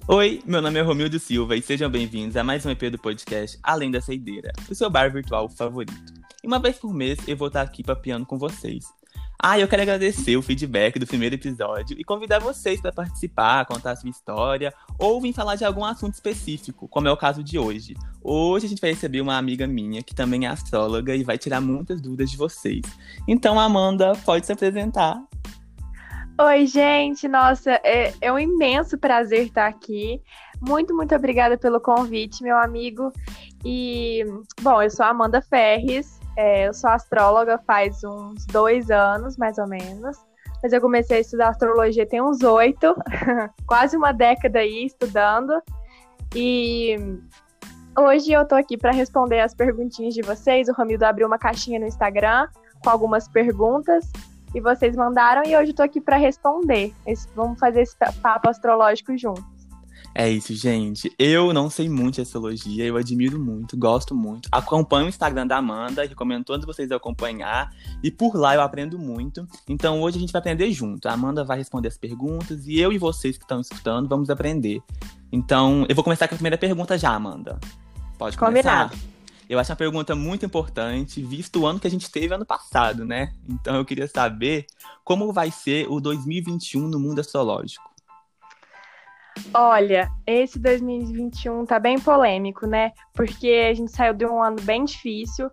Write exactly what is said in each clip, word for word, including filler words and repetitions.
Oi, meu nome é Romildo Silva e sejam bem-vindos a mais um E P do podcast Além da Saideira, o seu bar virtual favorito. E uma vez por mês eu vou estar aqui papeando com vocês. Ah, eu quero agradecer o feedback do primeiro episódio e convidar vocês para participar, contar a sua história ou vir falar de algum assunto específico, como é o caso de hoje. Hoje a gente vai receber uma amiga minha que também é astróloga e vai tirar muitas dúvidas de vocês. Então, Amanda, pode se apresentar. Oi, gente! Nossa, é, é um imenso prazer estar aqui. Muito, muito obrigada pelo convite, meu amigo. E, bom, eu sou a Amanda Ferres, é, eu sou astróloga faz uns dois anos, mais ou menos. Mas eu comecei a estudar astrologia tem uns oito, quase uma década aí estudando. E hoje eu tô aqui para responder as perguntinhas de vocês. O Romildo abriu uma caixinha no Instagram com algumas perguntas. E vocês mandaram e hoje eu tô aqui para responder. Esse, vamos fazer esse papo astrológico juntos. É isso, gente. Eu não sei muito de astrologia, eu admiro muito, gosto muito. Acompanho o Instagram da Amanda, recomendo todos vocês acompanhar. E por lá eu aprendo muito. Então hoje a gente vai aprender junto. A Amanda vai responder as perguntas e eu e vocês que estão escutando vamos aprender. Então eu vou começar com a primeira pergunta já, Amanda. Pode começar? Combinado. Eu acho uma pergunta muito importante, visto o ano que a gente teve ano passado, né? Então eu queria saber como vai ser o dois mil e vinte e um no mundo astrológico. Olha, esse dois mil e vinte e um tá bem polêmico, né? Porque a gente saiu de um ano bem difícil,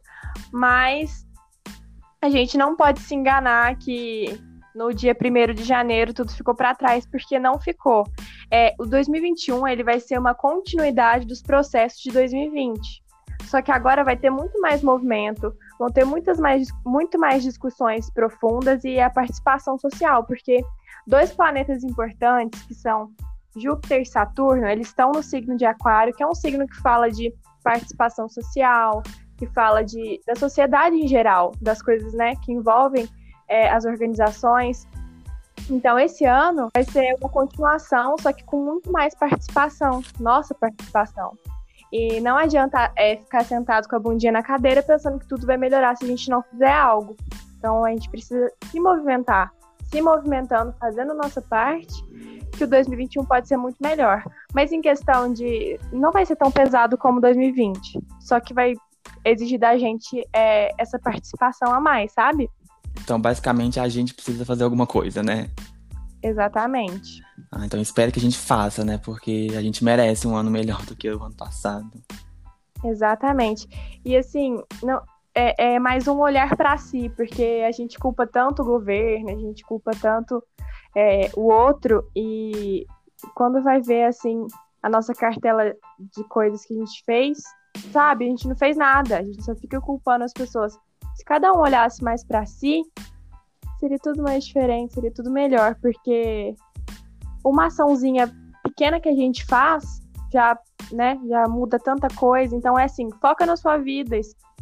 mas a gente não pode se enganar que no dia primeiro de janeiro tudo ficou para trás, porque não ficou. É, o dois mil e vinte e um ele vai ser uma continuidade dos processos de dois mil e vinte. Só que agora vai ter muito mais movimento, vão ter muitas mais, muito mais discussões profundas e a participação social, porque dois planetas importantes, que são Júpiter e Saturno, eles estão no signo de Aquário, que é um signo que fala de participação social, que fala de, da sociedade em geral, das coisas, né, que envolvem é, as organizações. Então, esse ano vai ser uma continuação, só que com muito mais participação, nossa participação. E não adianta é, ficar sentado com a bundinha na cadeira pensando que tudo vai melhorar se a gente não fizer algo. Então a gente precisa se movimentar, se movimentando, fazendo a nossa parte, que o dois mil e vinte e um pode ser muito melhor. Mas em questão de... não vai ser tão pesado como dois mil e vinte, só que vai exigir da gente é, essa participação a mais, sabe? Então, basicamente, a gente precisa fazer alguma coisa, né? Exatamente. Ah, então espero que a gente faça, né? Porque a gente merece um ano melhor do que o ano passado. Exatamente. E assim, não, é, é mais um olhar para si, porque a gente culpa tanto o governo, a gente culpa tanto é, o outro, e quando vai ver, assim, a nossa cartela de coisas que a gente fez, sabe? A gente não fez nada, a gente só fica culpando as pessoas. Se cada um olhasse mais para si, seria tudo mais diferente, seria tudo melhor, porque uma açãozinha pequena que a gente faz já, né, já muda tanta coisa. Então é assim, foca na sua vida.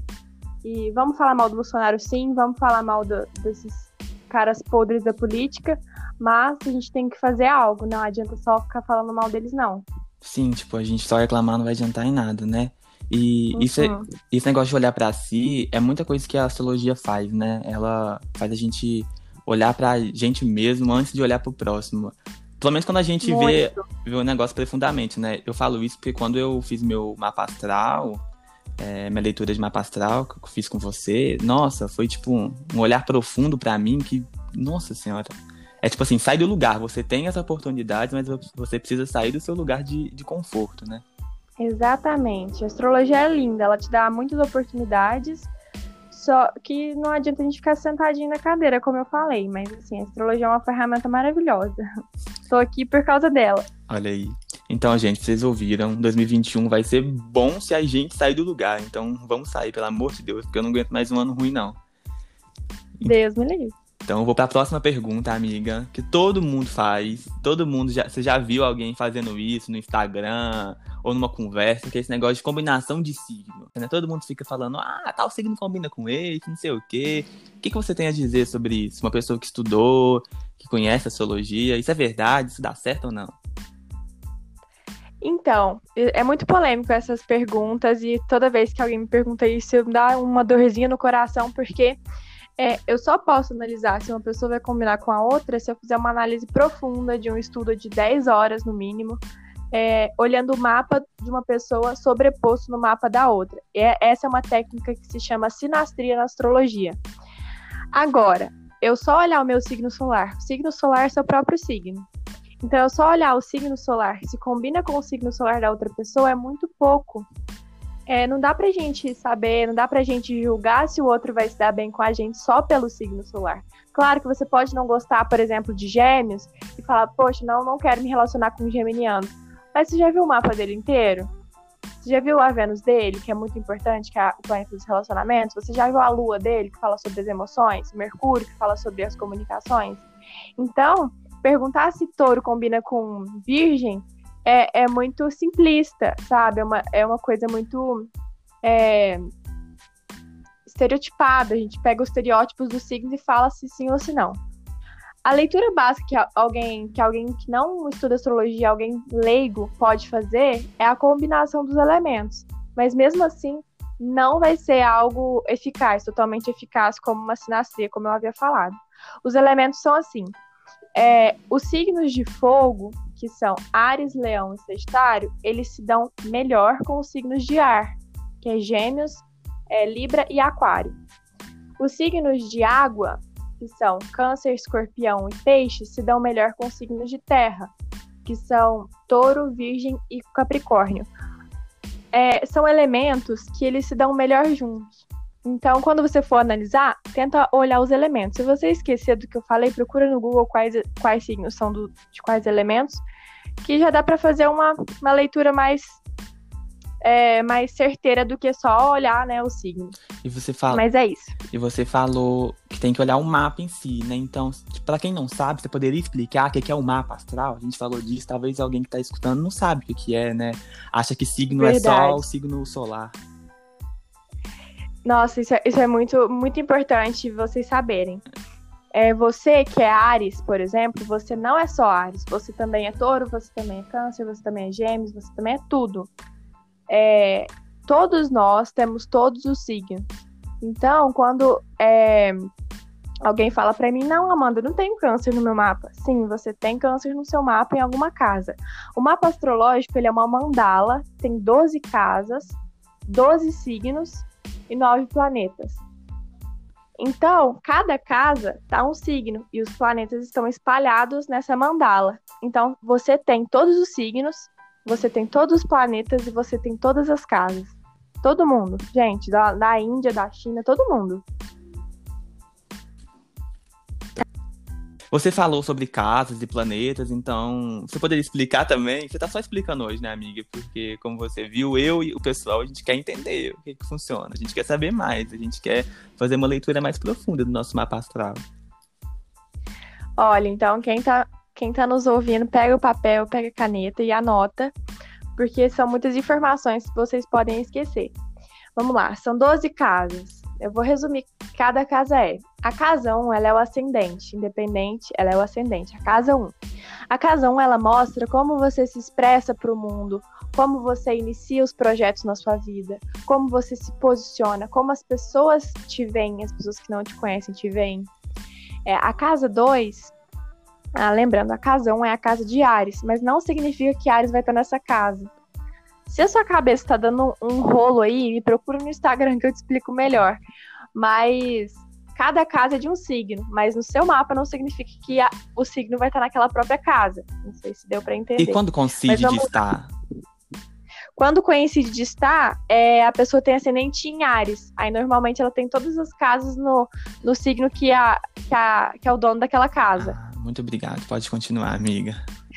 E vamos falar mal do Bolsonaro, sim, vamos falar mal do, desses caras podres da política, mas a gente tem que fazer algo, não adianta só ficar falando mal deles, não. Sim, tipo, a gente só reclamar não vai adiantar em nada, né? E Uhum. isso é, esse negócio de olhar pra si é muita coisa que a astrologia faz, né? Ela faz a gente olhar pra gente mesmo antes de olhar pro próximo. Pelo menos quando a gente vê, vê o negócio profundamente, né? Eu falo isso porque quando eu fiz meu mapa astral, é, minha leitura de mapa astral que eu fiz com você, nossa, foi tipo um, um olhar profundo pra mim que, nossa senhora, é tipo assim, sai do lugar. Você tem essa oportunidade, mas você precisa sair do seu lugar de, de conforto, né? Exatamente. A astrologia é linda, ela te dá muitas oportunidades, só que não adianta a gente ficar sentadinho na cadeira, como eu falei, mas assim, a astrologia é uma ferramenta maravilhosa. Tô aqui por causa dela. Olha aí. Então, gente, vocês ouviram, dois mil e vinte e um vai ser bom se a gente sair do lugar. Então, vamos sair, pelo amor de Deus, porque eu não aguento mais um ano ruim, não. Deus me livre. Então, eu vou pra próxima pergunta, amiga, que todo mundo faz. Todo mundo, já, você já viu alguém fazendo isso no Instagram ou numa conversa, que é esse negócio de combinação de signo, né? Todo mundo fica falando, ah, tal signo combina com esse, não sei o quê. O que, que você tem a dizer sobre isso? Uma pessoa que estudou, que conhece a astrologia, isso é verdade? Isso dá certo ou não? Então, é muito polêmico essas perguntas, e toda vez que alguém me pergunta isso, eu me dá uma dorzinha no coração, porque é, eu só posso analisar se uma pessoa vai combinar com a outra se eu fizer uma análise profunda de um estudo de dez horas, no mínimo, é, olhando o mapa de uma pessoa sobreposto no mapa da outra. É, essa é uma técnica que se chama sinastria na astrologia. Agora, eu só olhar o meu signo solar. O signo solar é seu próprio signo. Então, eu só olhar o signo solar, se combina com o signo solar da outra pessoa, é muito pouco. É, não dá pra gente saber, não dá pra gente julgar se o outro vai se dar bem com a gente só pelo signo solar. Claro que você pode não gostar, por exemplo, de gêmeos e falar, poxa, não, não quero me relacionar com um geminiano. Mas você já viu o mapa dele inteiro? Você já viu a Vênus dele, que é muito importante, que é o planeta dos relacionamentos? Você já viu a Lua dele, que fala sobre as emoções? O Mercúrio, que fala sobre as comunicações? Então, perguntar se touro combina com virgem é, é muito simplista, sabe? É uma, é uma coisa muito é, estereotipada. A gente pega os estereótipos dos signos e fala se sim ou se não. A leitura básica que alguém, que alguém que não estuda astrologia, alguém leigo pode fazer é a combinação dos elementos. Mas mesmo assim, não vai ser algo eficaz, totalmente eficaz como uma sinastria, como eu havia falado. Os elementos são assim. É, os signos de fogo, que são Áries, Leão e Sagitário, eles se dão melhor com os signos de ar, que é Gêmeos, é, Libra e Aquário. Os signos de água, que são Câncer, Escorpião e Peixe, se dão melhor com os signos de terra, que são Touro, Virgem e Capricórnio. É, são elementos que eles se dão melhor juntos. Então, quando você for analisar, tenta olhar os elementos. Se você esquecer do que eu falei, procura no Google quais, quais signos são do, de quais elementos, que já dá para fazer uma, uma leitura mais, é, mais certeira do que só olhar, né, o signo. E você fala... Mas é isso. E você falou que tem que olhar o mapa em si, né? Então, para quem não sabe, você poderia explicar o que é o mapa astral? A gente falou disso, talvez alguém que está escutando não sabe o que é, né? Acha que signo Verdade. É só o signo solar. Nossa, isso é, isso é muito, muito importante vocês saberem. É, você que é Áries, por exemplo, você não é só Áries. Você também é Touro, você também é Câncer, você também é Gêmeos, você também é tudo. É, todos nós temos todos os signos. Então, quando é, alguém fala pra mim, não, Amanda, eu não tenho câncer no meu mapa. Sim, você tem câncer no seu mapa em alguma casa. O mapa astrológico, ele é uma mandala, tem doze casas, doze signos e nove planetas. Então, cada casa tá um signo e os planetas estão espalhados nessa mandala. Então, você tem todos os signos, você tem todos os planetas e você tem todas as casas. Todo mundo, gente, da, da Índia, da China, todo mundo. Você falou sobre casas e planetas, então você poderia explicar também? Você tá só explicando hoje, né, amiga? Porque, como você viu, eu e o pessoal, a gente quer entender o que que funciona. A gente quer saber mais, a gente quer fazer uma leitura mais profunda do nosso mapa astral. Olha, então, quem tá, quem tá nos ouvindo, pega o papel, pega a caneta e anota, porque são muitas informações que vocês podem esquecer. Vamos lá, são doze casas. Eu vou resumir o que cada casa é. A casa um, ela é o ascendente, independente, ela é o ascendente, a casa um. A casa um, ela mostra como você se expressa para o mundo, como você inicia os projetos na sua vida, como você se posiciona, como as pessoas te veem, as pessoas que não te conhecem te veem. É, a casa dois, ah, lembrando, a casa um é a casa de Áries, mas não significa que Áries vai estar nessa casa. Se a sua cabeça está dando um, um rolo aí, me procura no Instagram que eu te explico melhor. Mas cada casa é de um signo, mas no seu mapa não significa que a, o signo vai estar naquela própria casa. Não sei se deu para entender. E quando coincide vamos... de estar? Quando coincide de estar, é, a pessoa tem ascendente em Áries. Aí normalmente ela tem todas as casas no, no signo que, a, que, a, que é o dono daquela casa. Ah, muito obrigado, pode continuar, amiga.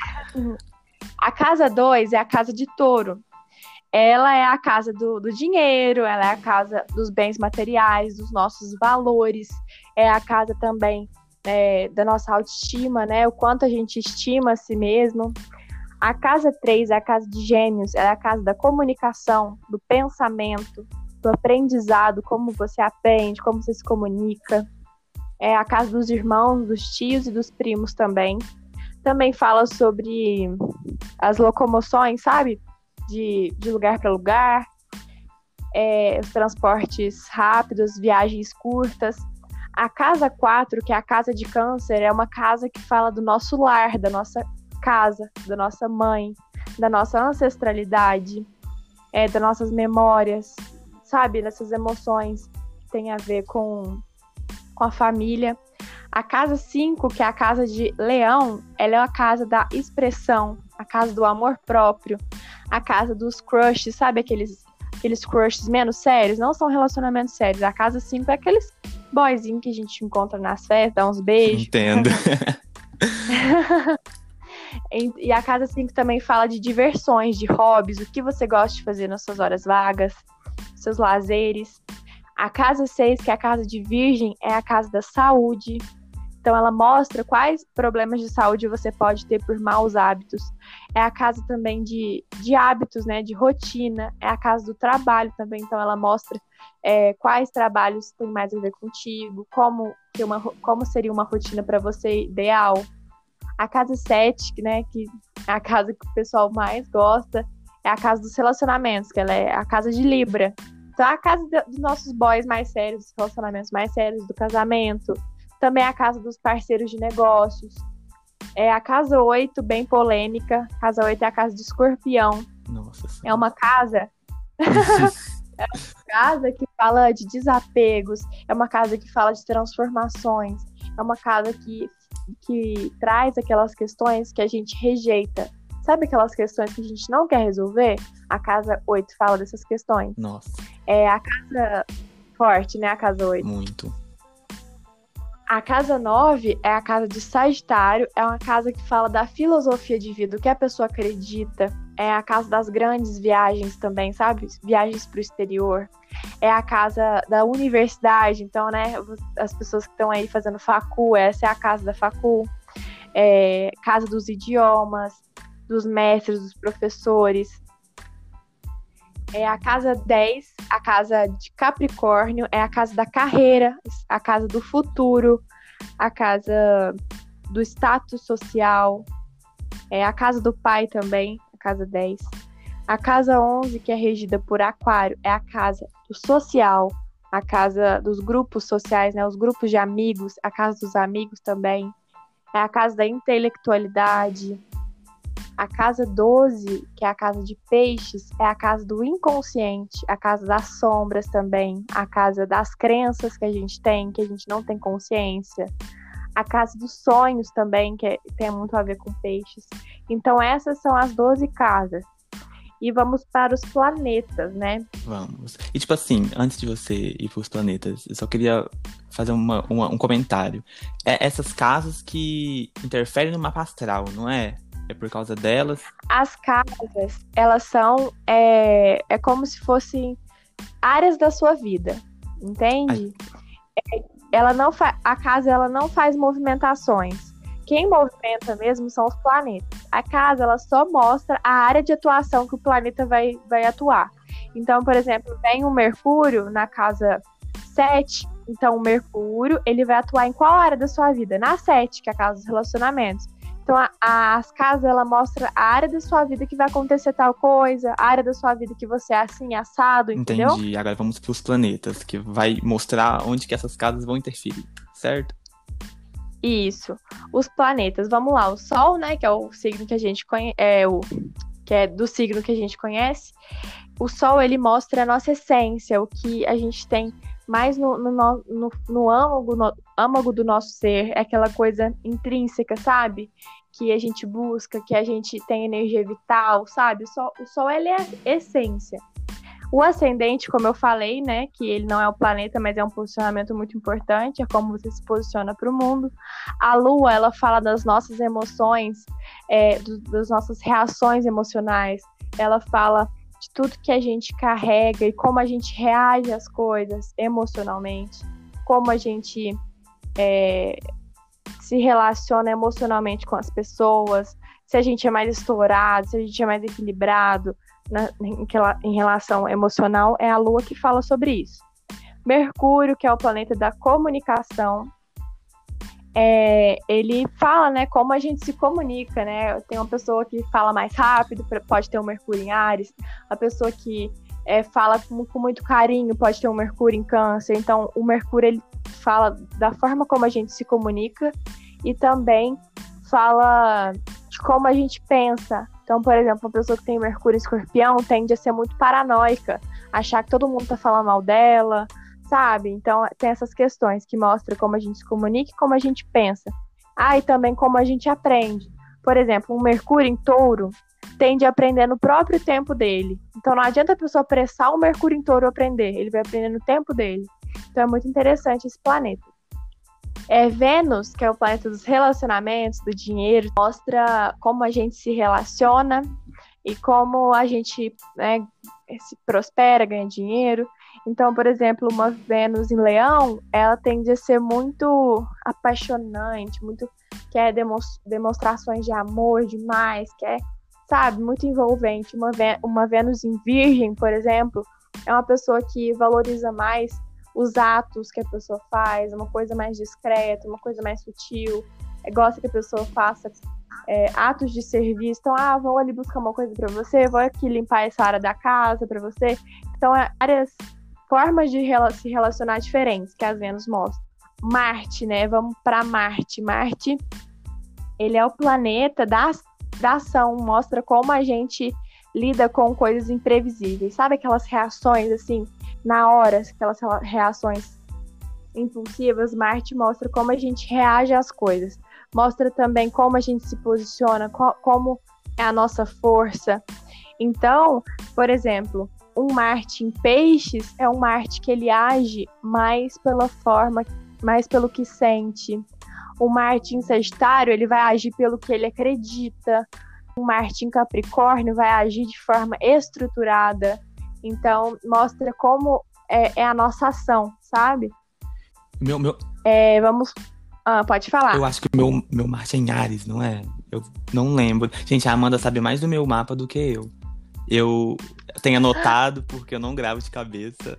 A casa dois é a casa de Touro. Ela é a casa do, do dinheiro, ela é a casa dos bens materiais, dos nossos valores, é a casa também é, da nossa autoestima, né? O quanto a gente estima a si mesmo. A casa três é a casa de Gêmeos, ela é a casa da comunicação, do pensamento, do aprendizado, como você aprende, como você se comunica. É a casa dos irmãos, dos tios e dos primos também. Também fala sobre as locomoções, sabe? De, de lugar para lugar, é, os transportes rápidos, viagens curtas. A casa quatro, que é a casa de Câncer, é uma casa que fala do nosso lar, da nossa casa, da nossa mãe, da nossa ancestralidade, é, das nossas memórias, sabe? Dessas emoções que tem a ver com, com a família. A casa cinco, que é a casa de Leão, ela é a casa da expressão, a casa do amor próprio, a casa dos crushes, sabe aqueles, aqueles crushes menos sérios? Não são relacionamentos sérios. A casa cinco é aqueles boyzinhos que a gente encontra nas festas, dá uns beijos. Entendo. E a casa cinco também fala de diversões, de hobbies, o que você gosta de fazer nas suas horas vagas, seus lazeres. A casa seis, que é a casa de Virgem, é a casa da saúde. Então ela mostra quais problemas de saúde você pode ter por maus hábitos. É a casa também de, de hábitos, né, de rotina. É a casa do trabalho também. Então ela mostra é, quais trabalhos têm mais a ver contigo, como, que uma, como seria uma rotina para você ideal. A casa sete, né, que é a casa que o pessoal mais gosta, é a casa dos relacionamentos, que ela é a casa de Libra. Então é a casa de, dos nossos boys mais sérios, dos relacionamentos mais sérios, do casamento. Também é a casa dos parceiros de negócios. É a casa oito, bem polêmica. Casa oito é a casa de Escorpião. Nossa Senhora. É uma casa... é uma casa que fala de desapegos. É uma casa que fala de transformações. É uma casa que, que traz aquelas questões que a gente rejeita. Sabe aquelas questões que a gente não quer resolver? A casa oito fala dessas questões. Nossa. É a casa forte, né? A casa oito. Muito. A casa nove é a casa de Sagitário, é uma casa que fala da filosofia de vida, o que a pessoa acredita. É a casa das grandes viagens também, sabe? Viagens para o exterior. É a casa da universidade, então, né? As pessoas que estão aí fazendo facu, essa é a casa da facu. É casa dos idiomas, dos mestres, dos professores. É a casa dez, a casa de Capricórnio, é a casa da carreira, a casa do futuro, a casa do status social, é a casa do pai também, a casa dez. A casa onze, que é regida por Aquário, é a casa do social, a casa dos grupos sociais, né, os grupos de amigos, a casa dos amigos também. É a casa da intelectualidade. A casa doze, que é a casa de Peixes, é a casa do inconsciente, a casa das sombras também, a casa das crenças que a gente tem, que a gente não tem consciência, a casa dos sonhos também, que é, tem muito a ver com Peixes. Então essas são as doze casas. E vamos para os planetas, né? Vamos. E tipo assim, antes de você ir para os planetas, eu só queria fazer uma, uma, um comentário. É essas casas que interferem no mapa astral, não é? É por causa delas? As casas, elas são... É, é como se fossem áreas da sua vida, entende? É, ela não fa- a casa, ela não faz movimentações. Quem movimenta mesmo são os planetas. A casa, ela só mostra a área de atuação que o planeta vai, vai atuar. Então, por exemplo, vem o Mercúrio na casa sete. Então, o Mercúrio, ele vai atuar em qual área da sua vida? Na sete, que é a casa dos relacionamentos. Então, a, a, as casas, ela mostra a área da sua vida que vai acontecer tal coisa, a área da sua vida que você é assim, assado, entendeu? Entendi. Agora vamos para os planetas, que vai mostrar onde que essas casas vão interferir, certo? Isso. Os planetas, vamos lá. O Sol, né, que é o signo que a gente conhece, é o que é do signo que a gente conhece. O Sol, ele mostra a nossa essência, o que a gente tem mais no, no, no, no, âmago, no âmago do nosso ser, é aquela coisa intrínseca, sabe? Que a gente busca, que a gente tem energia vital, sabe? O Sol, o Sol ele é a essência. O ascendente, como eu falei, né, que ele não é o planeta, mas é um posicionamento muito importante, é como você se posiciona para o mundo. A Lua, ela fala das nossas emoções, é, do, das nossas reações emocionais. Ela fala de tudo que a gente carrega e como a gente reage às coisas emocionalmente, como a gente é, se relaciona emocionalmente com as pessoas, se a gente é mais estourado, se a gente é mais equilibrado, Na, em, em relação emocional, é a Lua que fala sobre isso. Mercúrio, que é o planeta da comunicação, é, ele fala, né, como a gente se comunica, né? Tem uma pessoa que fala mais rápido, pode ter um Mercúrio em Áries, a pessoa que é, fala com, com muito carinho pode ter um Mercúrio em Câncer. Então, o Mercúrio, ele fala da forma como a gente se comunica e também fala de como a gente pensa, Então, por exemplo, uma pessoa que tem Mercúrio em Escorpião tende a ser muito paranoica, achar que todo mundo tá falando mal dela, sabe? Então, tem essas questões que mostram como a gente se comunica e como a gente pensa. Ah, e também como a gente aprende. Por exemplo, um Mercúrio em Touro tende a aprender no próprio tempo dele. Então, não adianta a pessoa apressar o Mercúrio em Touro a aprender, ele vai aprender no tempo dele. Então, é muito interessante esse planeta. É, Vênus, que é o planeta dos relacionamentos, do dinheiro, mostra como a gente se relaciona e como a gente, né, se prospera, ganha dinheiro. Então, por exemplo, uma Vênus em Leão, ela tende a ser muito apaixonante, muito quer demonstrações de amor demais, quer, sabe, muito envolvente. Uma, uma Vênus em Virgem, por exemplo, é uma pessoa que valoriza mais os atos que a pessoa faz, uma coisa mais discreta, uma coisa mais sutil, é, gosta que a pessoa faça é, atos de serviço. Então, ah, vou ali buscar uma coisa para você, vou aqui limpar essa área da casa para você. Então, é várias formas de rela- se relacionar diferentes que a Vênus mostra. Marte, né? Vamos para Marte. Marte, ele é o planeta da, da ação, mostra como a gente lida com coisas imprevisíveis. Sabe aquelas reações, assim, na hora, aquelas reações impulsivas? Marte mostra como a gente reage às coisas. Mostra também como a gente se posiciona, co- como é a nossa força. Então, por exemplo, um Marte em Peixes é um Marte que ele age mais pela forma, mais pelo que sente. O Marte em Sagitário, ele vai agir pelo que ele acredita. O Marte em Capricórnio vai agir de forma estruturada. Então, mostra como é, é a nossa ação, sabe? Meu, meu... É, vamos... Ah, pode falar. Eu acho que o meu, meu Marte é em Áries, não é? Eu não lembro. Gente, a Amanda sabe mais do meu mapa do que eu. Eu tenho anotado porque eu não gravo de cabeça.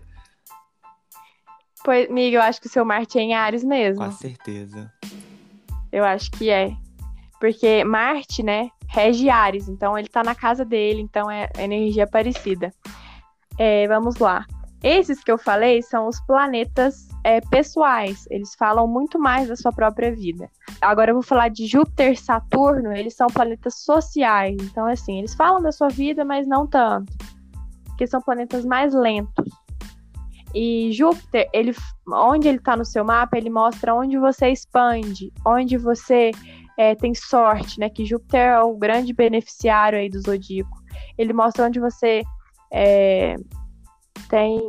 Pois, amiga, eu acho que o seu Marte é em Áries mesmo. Com certeza. Eu acho que é. Porque Marte, né, rege Áries. Então, ele tá na casa dele. Então, é energia parecida. É, vamos lá. Esses que eu falei são os planetas é, pessoais. Eles falam muito mais da sua própria vida. Agora eu vou falar de Júpiter e Saturno. Eles são planetas sociais. Então, assim, eles falam da sua vida, mas não tanto. Porque são planetas mais lentos. E Júpiter, ele, onde ele está no seu mapa, ele mostra onde você expande, onde você é, tem sorte, né? Que Júpiter é o grande beneficiário aí do zodíaco. Ele mostra onde você... É, tem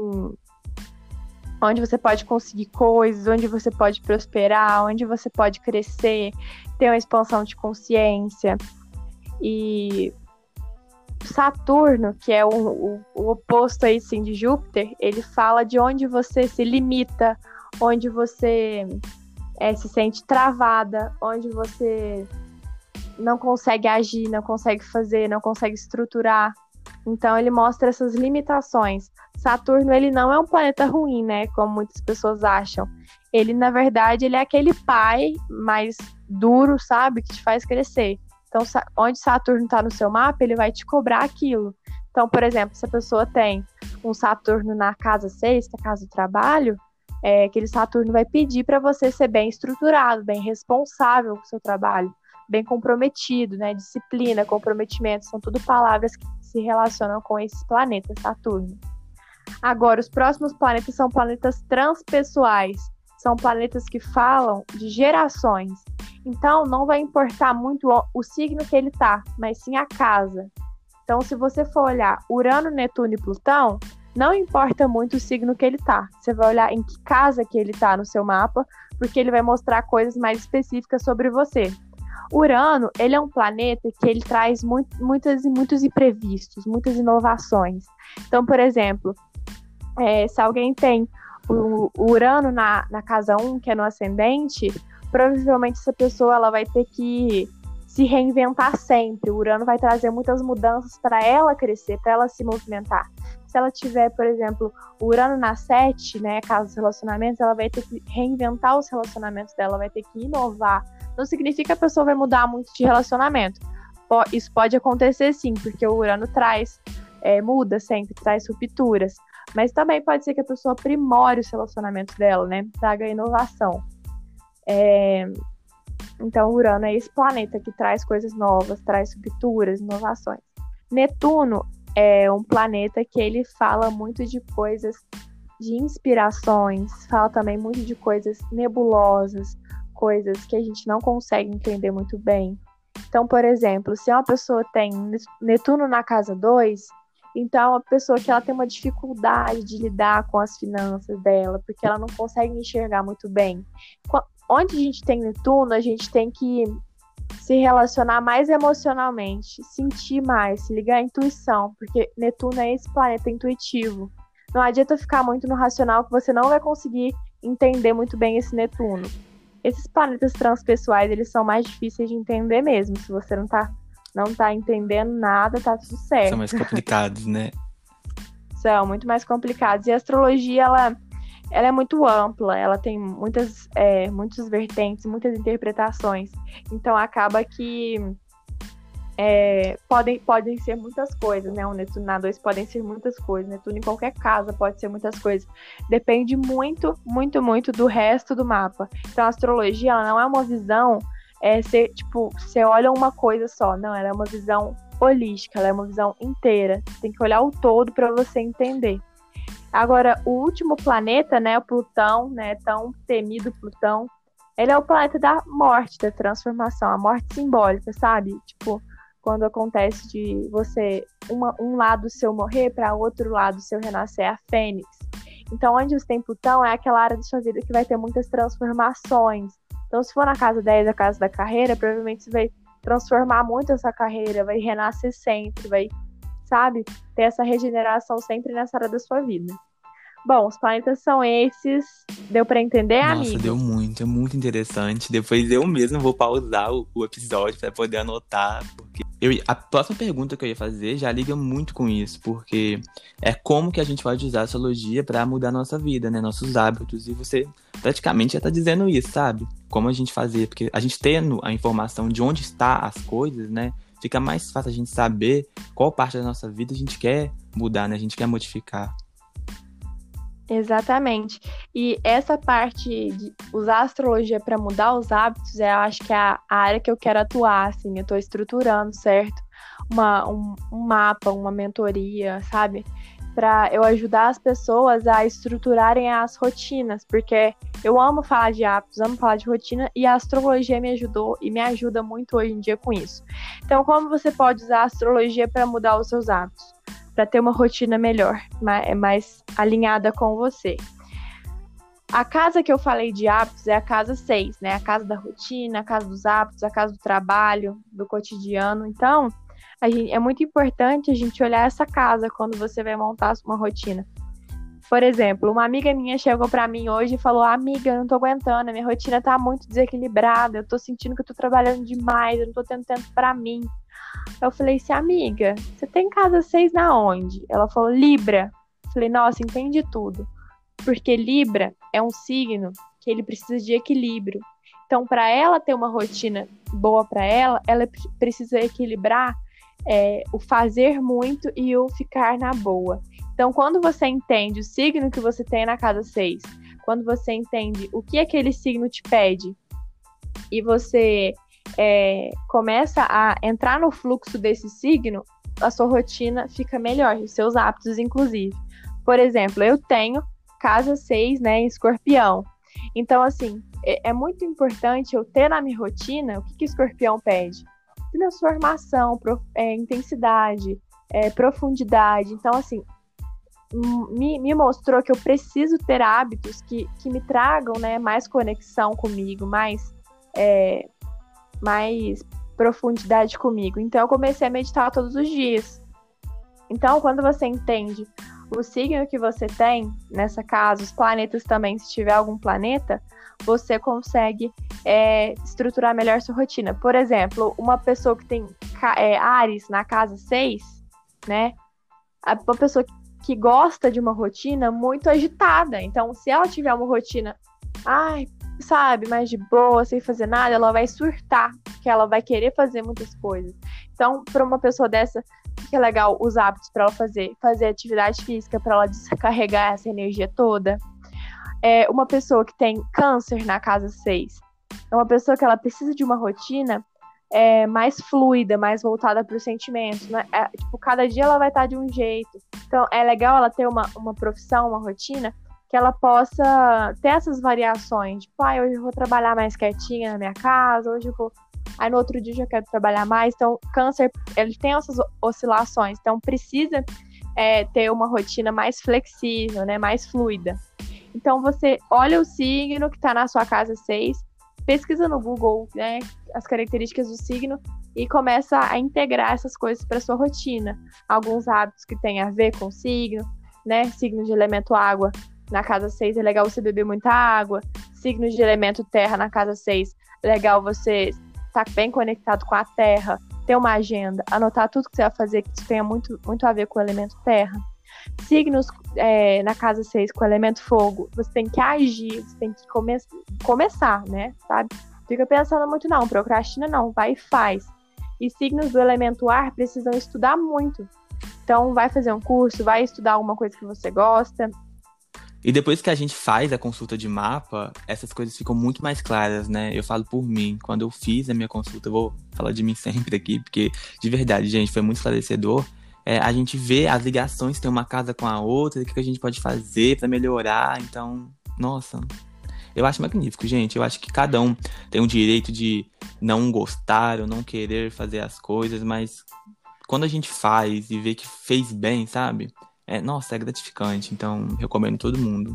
onde você pode conseguir coisas, onde você pode prosperar, onde você pode crescer, ter uma expansão de consciência. E Saturno, que é o, o, o oposto aí sim de Júpiter, ele fala de onde você se limita, onde você é, se sente travada, onde você não consegue agir, não consegue fazer, não consegue estruturar. Então, ele mostra essas limitações. Saturno, ele não é um planeta ruim, né? Como muitas pessoas acham. Ele, na verdade, ele é aquele pai mais duro, sabe? Que te faz crescer. Então, onde Saturno está no seu mapa, ele vai te cobrar aquilo. Então, por exemplo, se a pessoa tem um Saturno na casa seis, que é a casa do trabalho, é, aquele Saturno vai pedir para você ser bem estruturado, bem responsável com o seu trabalho, bem comprometido, né? Disciplina, comprometimento, são tudo palavras que se relacionam com esses planetas, Saturno. Agora, os próximos planetas são planetas transpessoais. São planetas que falam de gerações. Então, não vai importar muito o, o signo que ele tá, mas sim a casa. Então, se você for olhar Urano, Netuno e Plutão, não importa muito o signo que ele tá. Você vai olhar em que casa que ele tá no seu mapa, porque ele vai mostrar coisas mais específicas sobre você. Urano, ele é um planeta que ele traz muito, muitas, muitos imprevistos, muitas inovações. Então, por exemplo, é, se alguém tem o, o Urano na, na casa um, que é no ascendente, provavelmente essa pessoa ela vai ter que se reinventar sempre. O Urano vai trazer muitas mudanças para ela crescer, para ela se movimentar. Se ela tiver, por exemplo, o Urano na sete, né, casa dos relacionamentos, ela vai ter que reinventar os relacionamentos dela, vai ter que inovar. Não significa que a pessoa vai mudar muito de relacionamento. Isso pode acontecer sim, porque o Urano traz, é, muda sempre, traz rupturas. Mas também pode ser que a pessoa aprimore os relacionamentos dela, né? Traga inovação. É... Então, Urano é esse planeta que traz coisas novas, traz rupturas, inovações. Netuno é um planeta que ele fala muito de coisas, de inspirações, fala também muito de coisas nebulosas, coisas que a gente não consegue entender muito bem. Então, por exemplo, se uma pessoa tem Netuno na casa dois, então é uma pessoa que ela tem uma dificuldade de lidar com as finanças dela, porque ela não consegue enxergar muito bem. Onde a gente tem Netuno, a gente tem que se relacionar mais emocionalmente, sentir mais, se ligar à intuição, porque Netuno é esse planeta intuitivo. Não adianta ficar muito no racional, que você não vai conseguir entender muito bem esse Netuno. Esses planetas transpessoais, eles são mais difíceis de entender mesmo. Se você não tá, não tá entendendo nada, tá tudo certo. São mais complicados, né? São muito mais complicados. E a astrologia, ela, ela é muito ampla, ela tem muitas, é, muitas vertentes, muitas interpretações. Então, acaba que é, podem, podem ser muitas coisas, né? O Netuno na dois podem ser muitas coisas. Netuno em qualquer casa pode ser muitas coisas. Depende muito, muito, muito do resto do mapa. Então, a astrologia, ela não é uma visão, é, ser, tipo, você olha uma coisa só. Não, ela é uma visão holística, ela é uma visão inteira. Você tem que olhar o todo para você entender. Agora, o último planeta, né, o Plutão, né, tão temido Plutão, ele é o planeta da morte, da transformação, a morte simbólica, sabe? Tipo, quando acontece de você, uma, um lado seu morrer, para outro lado seu renascer, a fênix. Então, onde você tem Plutão, é aquela área da sua vida que vai ter muitas transformações. Então, se for na casa dez, a casa da carreira, provavelmente você vai transformar muito essa carreira, vai renascer sempre, vai, sabe, ter essa regeneração sempre nessa área da sua vida. Bom, os planetas são esses. Deu pra entender, Nossa, amigo? Nossa, deu muito, é muito interessante. Depois eu mesmo vou pausar o, o episódio pra poder anotar, porque eu, a próxima pergunta que eu ia fazer já liga muito com isso, porque é como que a gente pode usar a astrologia pra mudar a nossa vida, né, nossos hábitos, e você praticamente já tá dizendo isso, sabe? Como a gente fazer, porque a gente tendo a informação de onde está as coisas, né, fica mais fácil a gente saber qual parte da nossa vida a gente quer mudar, né, a gente quer modificar. Exatamente. E essa parte de usar a astrologia para mudar os hábitos, eu acho que é a área que eu quero atuar, assim, eu estou estruturando, certo? Uma, um, um mapa, uma mentoria, sabe? Para eu ajudar as pessoas a estruturarem as rotinas, porque eu amo falar de hábitos, amo falar de rotina, e a astrologia me ajudou e me ajuda muito hoje em dia com isso. Então, como você pode usar a astrologia para mudar os seus hábitos? Para ter uma rotina melhor, mais, mais alinhada com você. A casa que eu falei de hábitos é a casa seis, né? A casa da rotina, a casa dos hábitos, a casa do trabalho, do cotidiano. Então, a gente, é muito importante a gente olhar essa casa quando você vai montar uma rotina. Por exemplo, uma amiga minha chegou para mim hoje e falou: amiga, eu não tô aguentando, a minha rotina tá muito desequilibrada, eu tô sentindo que eu tô trabalhando demais, eu não tô tendo tempo para mim. Eu falei assim: amiga, você tem casa seis na onde? Ela falou: Libra. Eu falei: nossa, entendi tudo. Porque Libra é um signo que ele precisa de equilíbrio. Então, para ela ter uma rotina boa para ela, ela precisa equilibrar é, o fazer muito e o ficar na boa. Então, quando você entende o signo que você tem na casa seis, quando você entende o que aquele signo te pede, e você é, começa a entrar no fluxo desse signo, a sua rotina fica melhor, os seus hábitos, inclusive. Por exemplo, eu tenho casa seis, né, em Escorpião. Então, assim, é, é muito importante eu ter na minha rotina o que que Escorpião pede. Transformação, prof, é, intensidade, é, profundidade. Então, assim, me, me mostrou que eu preciso ter hábitos que, que me tragam, né, mais conexão comigo, mais, é, mais profundidade comigo. Então, eu comecei a meditar todos os dias. Então, quando você entende o signo que você tem nessa casa, os planetas também, se tiver algum planeta, você consegue é, estruturar melhor sua rotina. Por exemplo, uma pessoa que tem é, Áries na casa seis, né? Uma pessoa que gosta de uma rotina muito agitada. Então, se ela tiver uma rotina, ai, sabe, mais de boa, sem fazer nada, ela vai surtar, porque ela vai querer fazer muitas coisas. Então, para uma pessoa dessa, que é legal os hábitos para ela fazer, fazer atividade física para ela descarregar essa energia toda. É uma pessoa que tem câncer na casa seis, é uma pessoa que ela precisa de uma rotina é, mais fluida, mais voltada para os sentimentos, né? É, tipo, cada dia ela vai estar de um jeito. Então, é legal ela ter uma, uma profissão, uma rotina, que ela possa ter essas variações. Tipo, ah, hoje eu vou trabalhar mais quietinha na minha casa, hoje eu vou... Aí no outro dia eu já quero trabalhar mais. Então, câncer, ele tem essas oscilações. Então, precisa é, ter uma rotina mais flexível, né? Mais fluida. Então, você olha o signo que está na sua casa seis, pesquisa no Google, né, as características do signo e começa a integrar essas coisas para sua rotina. Alguns hábitos que têm a ver com o signo, né? Signo de elemento água, na casa seis é legal você beber muita água. Signo de elemento terra, na casa seis, legal você estar bem conectado com a terra, ter uma agenda, anotar tudo que você vai fazer que tenha muito, muito a ver com o elemento terra. Signos é, na casa seis com o elemento fogo, você tem que agir, você tem que come- começar, né, sabe? Fica pensando muito não, procrastina não, vai e faz. E signos do elemento ar precisam estudar muito. Então vai fazer um curso, vai estudar alguma coisa que você gosta. E depois que a gente faz a consulta de mapa, essas coisas ficam muito mais claras, né? Eu falo por mim, quando eu fiz a minha consulta, eu vou falar de mim sempre aqui, porque de verdade, gente, foi muito esclarecedor. É, a gente vê as ligações que tem uma casa com a outra, o que a gente pode fazer pra melhorar. Então, nossa, eu acho magnífico, gente. Eu acho que cada um tem o direito de não gostar ou não querer fazer as coisas, mas quando a gente faz e vê que fez bem, sabe? É, nossa, é gratificante. Então, recomendo todo mundo.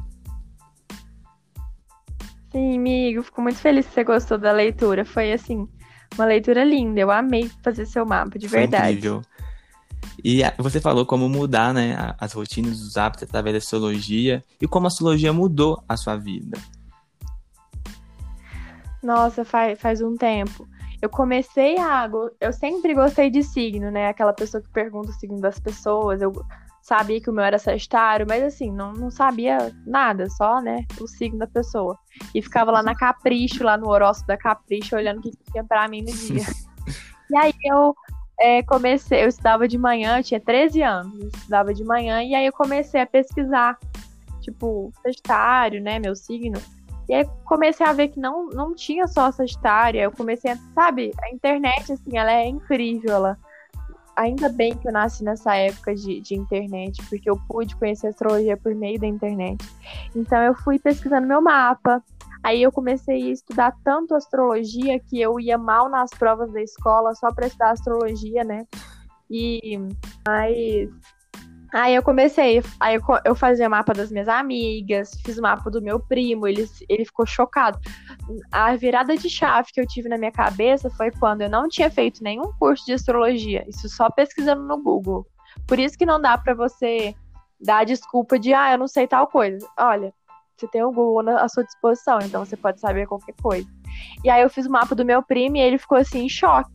Sim, amigo, fico muito feliz que você gostou da leitura. Foi, assim, uma leitura linda. Eu amei fazer seu mapa, de Foi verdade. incrível. E a- você falou como mudar, né, a- as rotinas, os hábitos através da astrologia e como a astrologia mudou a sua vida. Nossa, faz, faz um tempo. Eu comecei a. go- Eu sempre gostei de signo, né? Aquela pessoa que pergunta o signo das pessoas. Eu sabia que o meu era Sagitário, mas assim, não, não sabia nada, só, né? O signo da pessoa. E ficava lá na Capricho, lá no horóscopo da Capricho, olhando o que que tinha pra mim no dia. E aí eu é, comecei, eu estudava de manhã, eu tinha treze anos, eu estudava de manhã, e aí eu comecei a pesquisar, tipo, Sagitário, né? Meu signo. E aí comecei a ver que não, não tinha só Sagitário. Aí eu comecei a, sabe, a internet, assim, ela é incrível. Ela... Ainda bem que eu nasci nessa época de, de internet, porque eu pude conhecer a astrologia por meio da internet. Então eu fui pesquisando meu mapa. Aí eu comecei a estudar tanto astrologia que eu ia mal nas provas da escola só para estudar astrologia, né? E mas Aí eu comecei, aí eu, co- eu fazia mapa das minhas amigas, fiz o mapa do meu primo, ele, ele ficou chocado. A virada de chave que eu tive na minha cabeça foi quando eu não tinha feito nenhum curso de astrologia, isso só pesquisando no Google. Por isso que não dá pra você dar a desculpa de, ah, eu não sei tal coisa. Olha, você tem o Google na- à sua disposição, então você pode saber qualquer coisa. E aí eu fiz o mapa do meu primo e ele ficou assim, em choque.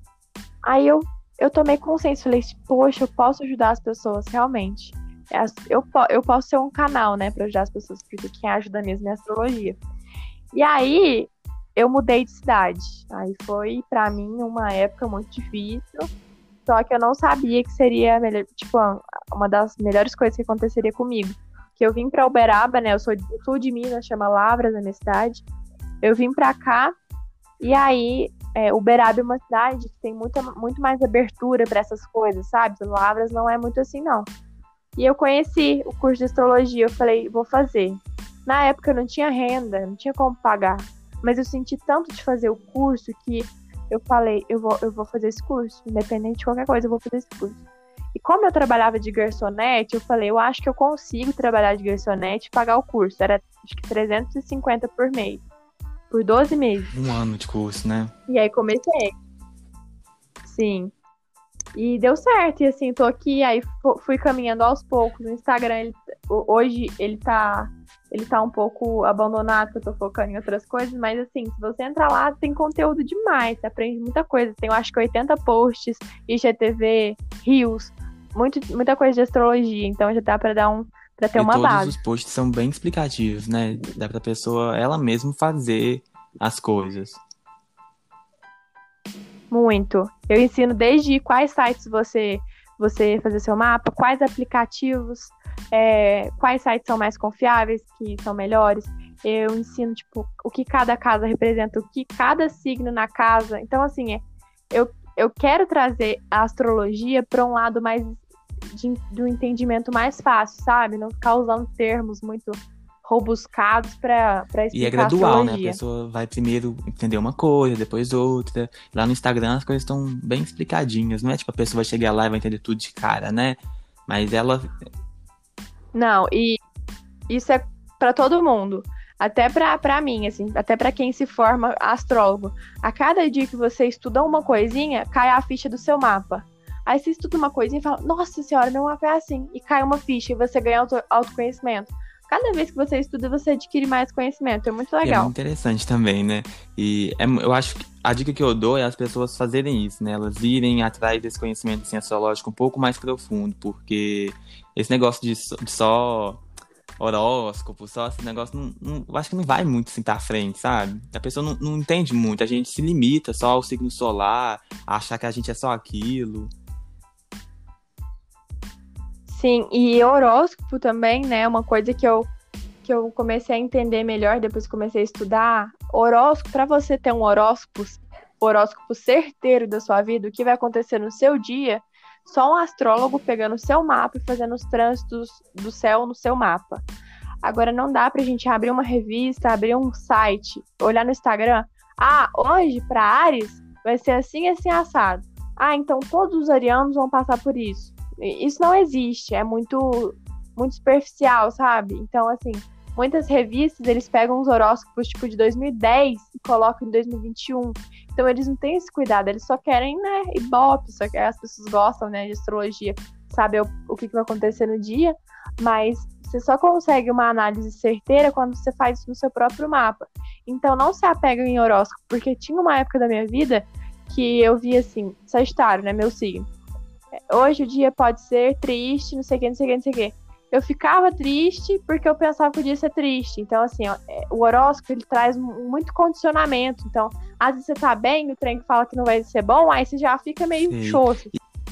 Aí eu, eu tomei consciência, falei, poxa, eu posso ajudar as pessoas, realmente. É, Eu, po- eu posso ser um canal, né, pra ajudar as pessoas, porque quem ajuda mesmo é a astrologia. E aí, eu mudei de cidade. Aí foi, pra mim, uma época muito difícil, só que eu não sabia que seria, a melhor, tipo, uma das melhores coisas que aconteceria comigo. Que eu vim pra Uberaba, né, eu sou do sul de Minas, chama Lavras, a minha cidade. Eu vim pra cá, e aí, é, Uberaba é uma cidade que tem muita, muito mais abertura para essas coisas, sabe? Lavras não é muito assim, não. E eu conheci o curso de astrologia, eu falei, vou fazer. Na época eu não tinha renda, não tinha como pagar. Mas eu senti tanto de fazer o curso que eu falei, eu vou, eu vou fazer esse curso. Independente de qualquer coisa, eu vou fazer esse curso. E como eu trabalhava de garçonete, eu falei, eu acho que eu consigo trabalhar de garçonete e pagar o curso. Era, acho que trezentos e cinquenta por mês. Por doze meses. Um ano de curso, né? E aí comecei. Sim. E deu certo. E assim, tô aqui, aí fu- fui caminhando aos poucos. O Instagram, ele- ho- hoje, ele tá, ele tá um pouco abandonado, que eu tô focando em outras coisas, mas assim, se você entrar lá, tem conteúdo demais, você aprende muita coisa. Tem, eu acho que oitenta posts, I G T V, Reels, muito, muita coisa de astrologia, então já dá pra dar um, pra ter E uma todos base. os posts são bem explicativos, né? Dá pra pessoa ela mesma fazer as coisas. Muito. Eu ensino desde quais sites você você fazer seu mapa, quais aplicativos, é, quais sites são mais confiáveis, que são melhores. Eu ensino, tipo, o que cada casa representa, o que cada signo na casa. Então, assim, é, eu, eu quero trazer a astrologia para um lado mais de, de um entendimento mais fácil, sabe? Não ficar usando termos muito robuscados para explicar E é gradual, né? A astrologia. pessoa vai primeiro entender uma coisa, depois outra. Lá no Instagram as coisas estão bem explicadinhas. Não é tipo a pessoa vai chegar lá e vai entender tudo de cara, né? Mas ela. Não, e isso é para todo mundo. Até pra, pra mim, assim, até pra quem se forma astrólogo. A cada dia que você estuda uma coisinha, cai a ficha do seu mapa. Aí você estuda uma coisinha e fala, nossa senhora, meu mapa é assim. E cai uma ficha e você ganha auto, autoconhecimento. Cada vez que você estuda, você adquire mais conhecimento. É muito É legal. muito interessante também, né? E é, eu acho que a dica que eu dou é as pessoas fazerem isso, né? Elas irem atrás desse conhecimento assim, astrológico um pouco mais profundo, porque esse negócio de só, de só horóscopo, só esse negócio, não, não, eu acho que não vai muito assim pra frente, sabe? A pessoa não, não entende muito, a gente se limita só ao signo solar, a achar que a gente é só aquilo. Sim, e horóscopo também, né? Uma coisa que eu, que eu comecei a entender melhor depois que comecei a estudar. Horóscopo, para você ter um horóscopo, horóscopo certeiro da sua vida, o que vai acontecer no seu dia, só um astrólogo pegando o seu mapa e fazendo os trânsitos do céu no seu mapa. Agora, não dá pra gente abrir uma revista, abrir um site, olhar no Instagram. Ah, hoje, para Áries, vai ser assim, assim, assado. Ah, então todos os arianos vão passar por isso. Isso não existe, é muito, muito superficial, sabe? Então, assim, muitas revistas, eles pegam os horóscopos, tipo, de dois mil e dez e colocam em dois mil e vinte e um. Então, eles não têm esse cuidado, eles só querem, né, ibope, só que as pessoas gostam, né, de astrologia, saber o, o que, que vai acontecer no dia, mas você só consegue uma análise certeira quando você faz isso no seu próprio mapa. Então, não se apega em horóscopo, porque tinha uma época da minha vida que eu via, assim, Sagitário, né, meu signo. Hoje o dia pode ser triste, não sei o que, não sei o que, não sei o que. Eu ficava triste porque eu pensava que o dia ia ser triste. Então, assim, ó, o horóscopo, ele traz muito condicionamento. Então, às vezes você tá bem, o trem que fala que não vai ser bom, aí você já fica meio Sei. xoxo.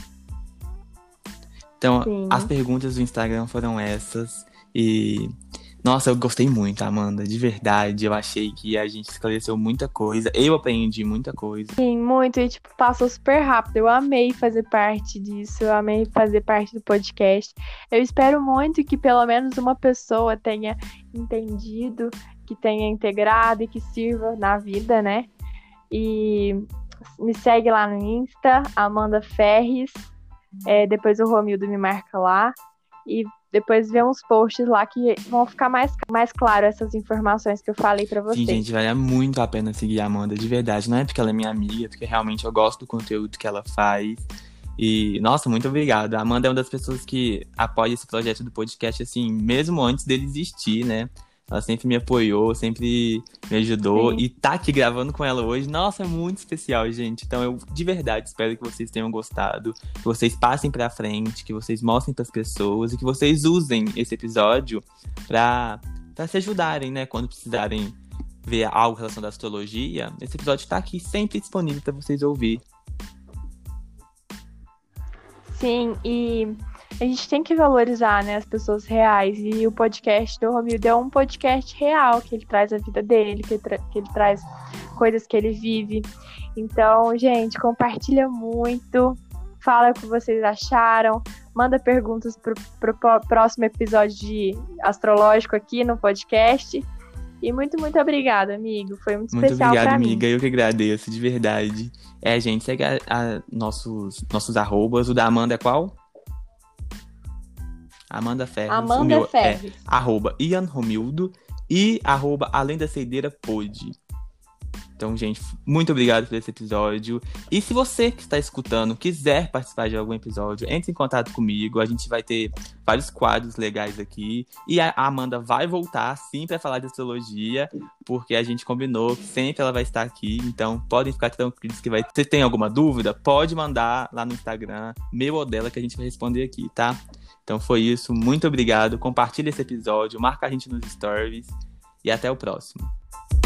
Então, Sim. as perguntas do Instagram foram essas. E, nossa, eu gostei muito, Amanda, de verdade. Eu achei que a gente esclareceu muita coisa. Eu aprendi muita coisa. Sim, muito. E, tipo, passou super rápido. Eu amei fazer parte disso. Eu amei fazer parte do podcast. Eu espero muito que pelo menos uma pessoa tenha entendido, que tenha integrado e que sirva na vida, né? E me segue lá no Insta, Amanda Ferres. É, depois o Romildo me marca lá. E depois vê uns posts lá que vão ficar mais, mais claro essas informações que eu falei pra vocês. Sim, gente, vale muito a pena seguir a Amanda, de verdade. Não é porque ela é minha amiga, é porque realmente eu gosto do conteúdo que ela faz. E, nossa, muito obrigado. A Amanda é uma das pessoas que apoia esse projeto do podcast, assim, mesmo antes dele existir, né? Ela sempre me apoiou, sempre me ajudou. Sim. E tá aqui gravando com ela hoje, nossa, é muito especial, gente. Então eu, de verdade, espero que vocês tenham gostado. Que vocês passem pra frente, que vocês mostrem pras pessoas. E que vocês usem esse episódio pra, pra se ajudarem, né? Quando precisarem ver algo em relação à astrologia. Esse episódio tá aqui sempre disponível pra vocês ouvir. Sim, e a gente tem que valorizar, né, as pessoas reais. E o podcast do Romildo é um podcast real, que ele traz a vida dele, que ele, tra- que ele traz coisas que ele vive. Então, gente, compartilha muito, fala o que vocês acharam, manda perguntas pro, pro próximo episódio de Astrológico aqui no podcast. E muito, muito obrigada, amigo. Foi muito, Muito especial obrigado, pra mim. amiga. Eu que agradeço, de verdade. É, gente, segue a, a nossos, nossos arrobas. O da Amanda é qual? Amanda Ferres. Amanda o meu Ferres. É arroba Ian Romildo e arroba Além da Seideira Pod. Então, gente, muito obrigado por esse episódio. E se você que está escutando quiser participar de algum episódio, entre em contato comigo. A gente vai ter vários quadros legais aqui. E a Amanda vai voltar, sim, para falar de astrologia, porque a gente combinou que sempre ela vai estar aqui. Então, podem ficar tranquilos que vai... Se tem alguma dúvida, pode mandar lá no Instagram, meu ou dela, que a gente vai responder aqui, tá? Então, foi isso. Muito obrigado. Compartilha esse episódio, marca a gente nos stories. E até o próximo.